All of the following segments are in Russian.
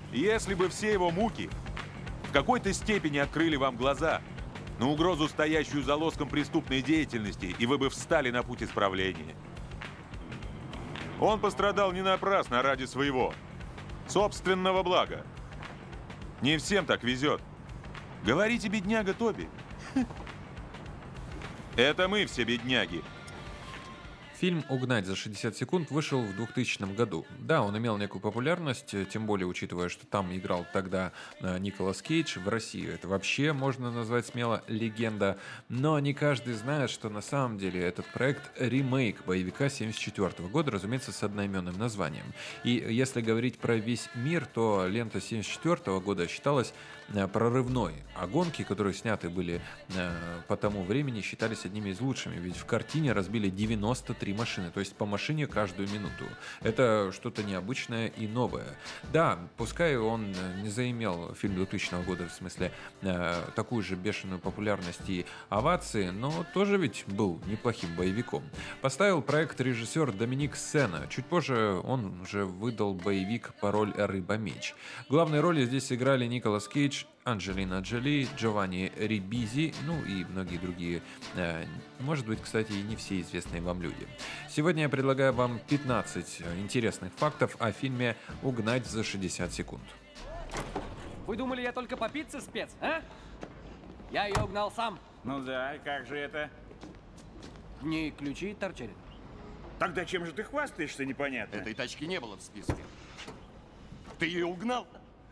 Если бы все его муки в какой-то степени открыли вам глаза на угрозу, стоящую за лоском преступной деятельности, и вы бы встали на путь исправления. Он пострадал не напрасно, а ради своего собственного блага. Не всем так везет. Говорите, бедняга Тоби. Это мы все бедняги. Фильм «Угнать за 60 секунд» вышел в 2000 году. Да, он имел некую популярность, тем более учитывая, что там играл тогда Николас Кейдж. В России это вообще можно назвать смело легенда. Но не каждый знает, что на самом деле этот проект ремейк боевика 1974 года, разумеется, с одноименным названием. И если говорить про весь мир, то лента 1974 года считалась прорывной, а гонки, которые сняты были по тому времени, считались одними из лучших, ведь в картине разбили 93 машины, то есть по машине каждую минуту. Это что-то необычное и новое. Да, пускай он не заимел, фильм 2000 года, в смысле, такую же бешеную популярность и овации, но тоже ведь был неплохим боевиком. Поставил проект режиссер Доминик Сена. Чуть позже он уже выдал боевик «Пароль Рыба-меч». Главные роли здесь играли Николас Кейдж, Анджелина Джоли, Джованни Рибизи, ну и многие другие, может быть, кстати, и не все известные вам люди. Сегодня я предлагаю вам 15 интересных фактов о фильме «Угнать за 60 секунд». Вы думали, я только по пицце спец, а? Я ее угнал сам. Ну да, и как же это? В ней ключи торчали. Тогда чем же ты хвастаешься, непонятно? Этой тачки не было в списке. Ты ее угнал?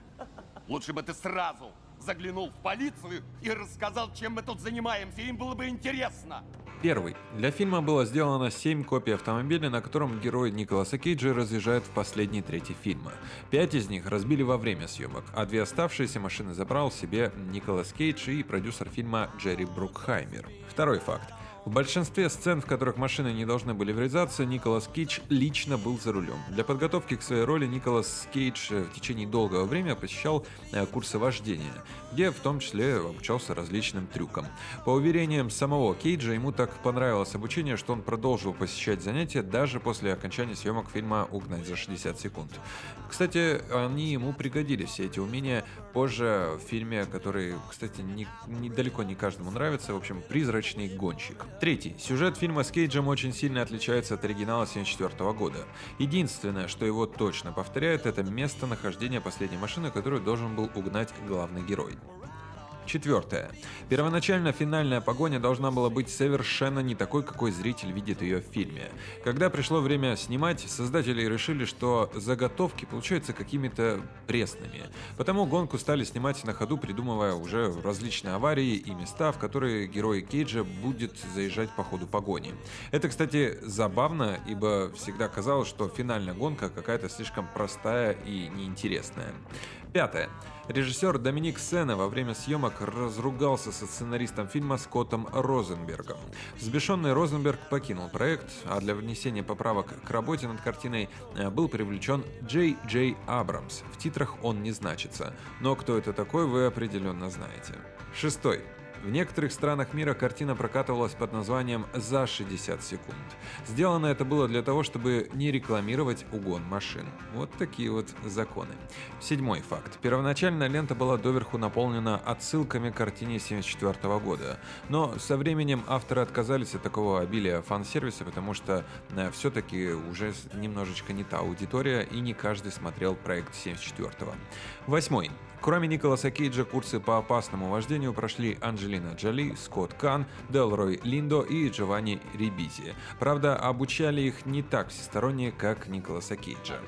Лучше бы ты сразу заглянул в полицию и рассказал, чем мы тут занимаемся. Им было бы интересно. Первый. Для фильма было сделано 7 копий автомобиля, на котором герой Николаса Кейджа разъезжает в последней трети фильма. 5 из них разбили во время съемок, а 2 оставшиеся машины забрал себе Николас Кейдж и продюсер фильма Джерри Брукхаймер. Второй факт. В большинстве сцен, в которых машины не должны были врезаться, Николас Кейдж лично был за рулем. Для подготовки к своей роли Николас Кейдж в течение долгого времени посещал курсы вождения, где в том числе обучался различным трюкам. По уверениям самого Кейджа, ему так понравилось обучение, что он продолжил посещать занятия даже после окончания съемок фильма «Угнать за 60 секунд». Кстати, они ему пригодились, все эти умения, позже в фильме, который, кстати, далеко не каждому нравится, в общем, «Призрачный гонщик». Третий. Сюжет фильма с Кейджем очень сильно отличается от оригинала 1974 года. Единственное, что его точно повторяет, это местонахождение последней машины, которую должен был угнать главный герой. Четвертое. Первоначально финальная погоня должна была быть совершенно не такой, какой зритель видит ее в фильме. Когда пришло время снимать, создатели решили, что заготовки получаются какими-то пресными. Потому гонку стали снимать на ходу, придумывая уже различные аварии и места, в которые герой Кейджа будет заезжать по ходу погони. Это, кстати, забавно, ибо всегда казалось, что финальная гонка какая-то слишком простая и неинтересная. Пятое. Режиссер Доминик Сена во время съемок разругался со сценаристом фильма Скоттом Розенбергом. Взбешенный Розенберг покинул проект, а для внесения поправок к работе над картиной был привлечен Джей Джей Абрамс. В титрах он не значится, но кто это такой, вы определенно знаете. Шестой. В некоторых странах мира картина прокатывалась под названием «За 60 секунд». Сделано это было для того, чтобы не рекламировать угон машин. Вот такие вот законы. Седьмой факт. Первоначально лента была доверху наполнена отсылками к картине 1974 года. Но со временем авторы отказались от такого обилия фан-сервиса, потому что все-таки уже немножечко не та аудитория, и не каждый смотрел проект 1974. Восьмой. Кроме Николаса Кейджа, курсы по опасному вождению прошли Анджелина Джоли, Скотт Кан, Делрой Линдо и Джованни Рибизи. Правда, обучали их не так всесторонне, как Николаса Кейджа.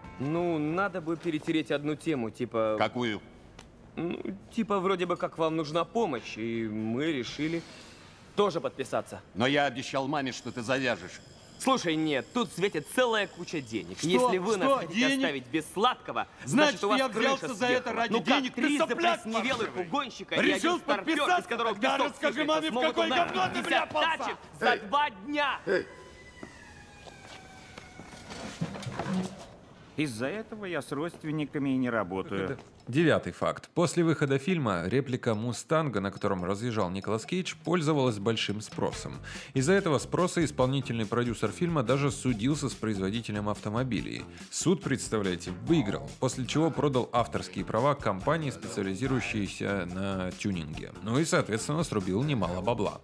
Ну, надо бы перетереть одну тему, типа... Какую? Ну, типа, вроде бы как вам нужна помощь, и мы решили тоже подписаться. Но я обещал маме, что ты завяжешь. Слушай, нет, тут светит целая куча денег. Если вы нас хотите оставить без сладкого, значит, у вас я крыша взялся за это ради ну денег, как, ты 3 сопляк заплесневелых угонщика и Решил один стартер, подписаться? из которого Тогда песок расскажи сыплется, маме, в смогут какое угнать говно ты 50 вляпался! тачек за 2 дня! Из-за этого я с родственниками и не работаю. 9 факт. После выхода фильма реплика «Мустанга», на котором разъезжал Николас Кейдж, пользовалась большим спросом. Из-за этого спроса исполнительный продюсер фильма даже судился с производителем автомобилей. Суд, представляете, выиграл, после чего продал авторские права компании, специализирующейся на тюнинге. Ну и, соответственно, срубил немало бабла.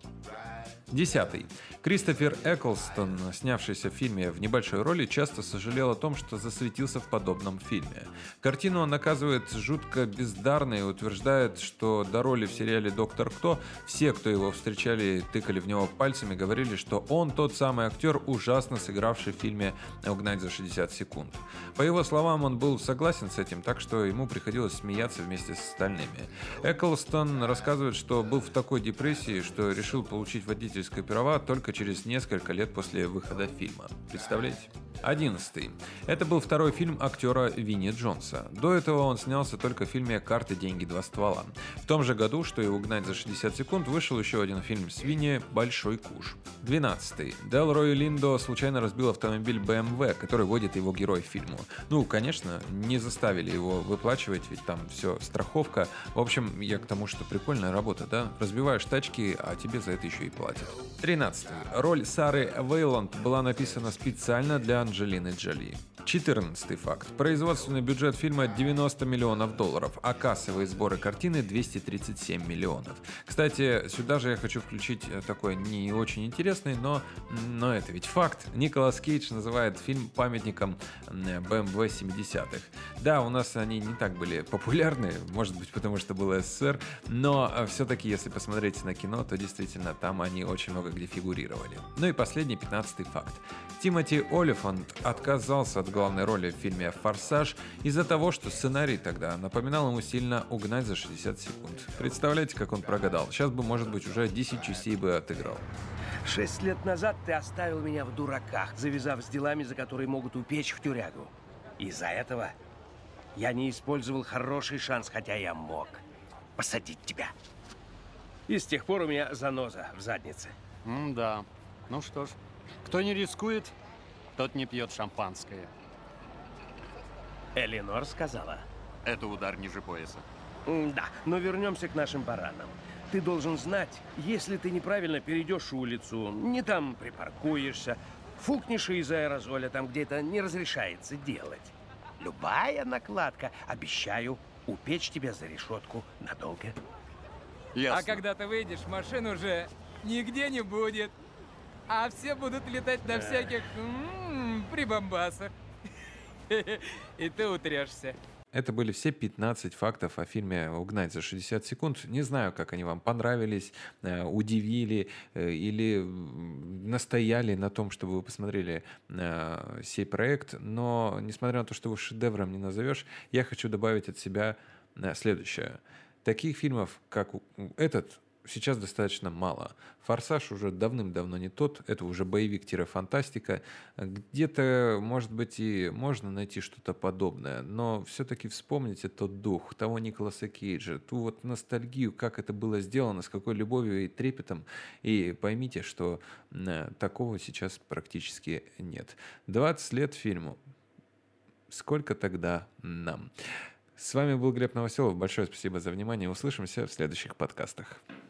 10. Кристофер Эклстон, снявшийся в фильме в небольшой роли, часто сожалел о том, что засветился в подобном фильме. Картину он оказывает жутко бездарной и утверждает, что до роли в сериале «Доктор Кто» все, кто его встречали, тыкали в него пальцами, говорили, что он тот самый актер, ужасно сыгравший в фильме «Угнать за 60 секунд». По его словам, он был согласен с этим, так что ему приходилось смеяться вместе с остальными. Эклстон рассказывает, что был в такой депрессии, что решил получить водительские права только через несколько лет после выхода фильма. Представляете? 11. Это был второй фильм актера Винни Джонса. До этого он снялся только в фильме «Карты, деньги, два ствола». В том же году, что и «Угнать за 60 секунд», вышел еще один фильм с Винни «Большой куш». 12. Делрой Линдо случайно разбил автомобиль BMW, который водит его герой в фильму. Ну, конечно, не заставили его выплачивать, ведь там все страховка. В общем, я к тому, что прикольная работа, да? Разбиваешь тачки, а тебе за это еще и платят. 13. Роль Сары Вейланд была написана специально для Анджелины Джоли. 14 факт. Производственный бюджет фильма $90 миллионов, а кассовые сборы картины 237 миллионов. Кстати, сюда же я хочу включить такой не очень интересный, но это ведь факт. Николас Кейдж называет фильм памятником BMW 70-х. Да, у нас они не так были популярны, может быть, потому что был СССР, но все-таки, если посмотреть на кино, то действительно там они очень много где фигурировали. Ну и последний, 15 факт. Тимоти Олифант отказался от главной роли в фильме «Форсаж» из-за того, что сценарий тогда напоминал ему сильно «Угнать за 60 секунд». Представляете, как он прогадал? Сейчас бы, может быть, уже 10 частей бы отыграл. 6 лет назад ты оставил меня в дураках, завязав с делами, за которые могут упечь в тюрягу. Из-за этого я не использовал хороший шанс, хотя я мог посадить тебя. И с тех пор у меня заноза в заднице. Да. Ну что ж, кто не рискует, тот не пьет шампанское. Эленор сказала. Это удар ниже пояса. Да, но вернемся к нашим баранам. Ты должен знать, если ты неправильно перейдешь улицу, не там припаркуешься, фукнешь из аэрозоля там, где это не разрешается делать. Любая накладка, обещаю, упечь тебя за решетку надолго. Ясно. А когда ты выйдешь, машин уже нигде не будет. А все будут летать на всяких прибамбасах. И ты утрешься. Это были все 15 фактов о фильме «Угнать за 60 секунд». Не знаю, как они вам понравились, удивили или настояли на том, чтобы вы посмотрели сей проект. Но, несмотря на то, что его шедевром не назовешь, я хочу добавить от себя следующее. Таких фильмов, как этот, сейчас достаточно мало. «Форсаж» уже давным-давно не тот, это уже боевик-фантастика. Где-то, может быть, и можно найти что-то подобное, но все-таки вспомните тот дух, того Николаса Кейджа, ту вот ностальгию, как это было сделано, с какой любовью и трепетом, и поймите, что такого сейчас практически нет. 20 лет фильму. Сколько тогда нам? С вами был Глеб Новоселов. Большое спасибо за внимание. Услышимся в следующих подкастах.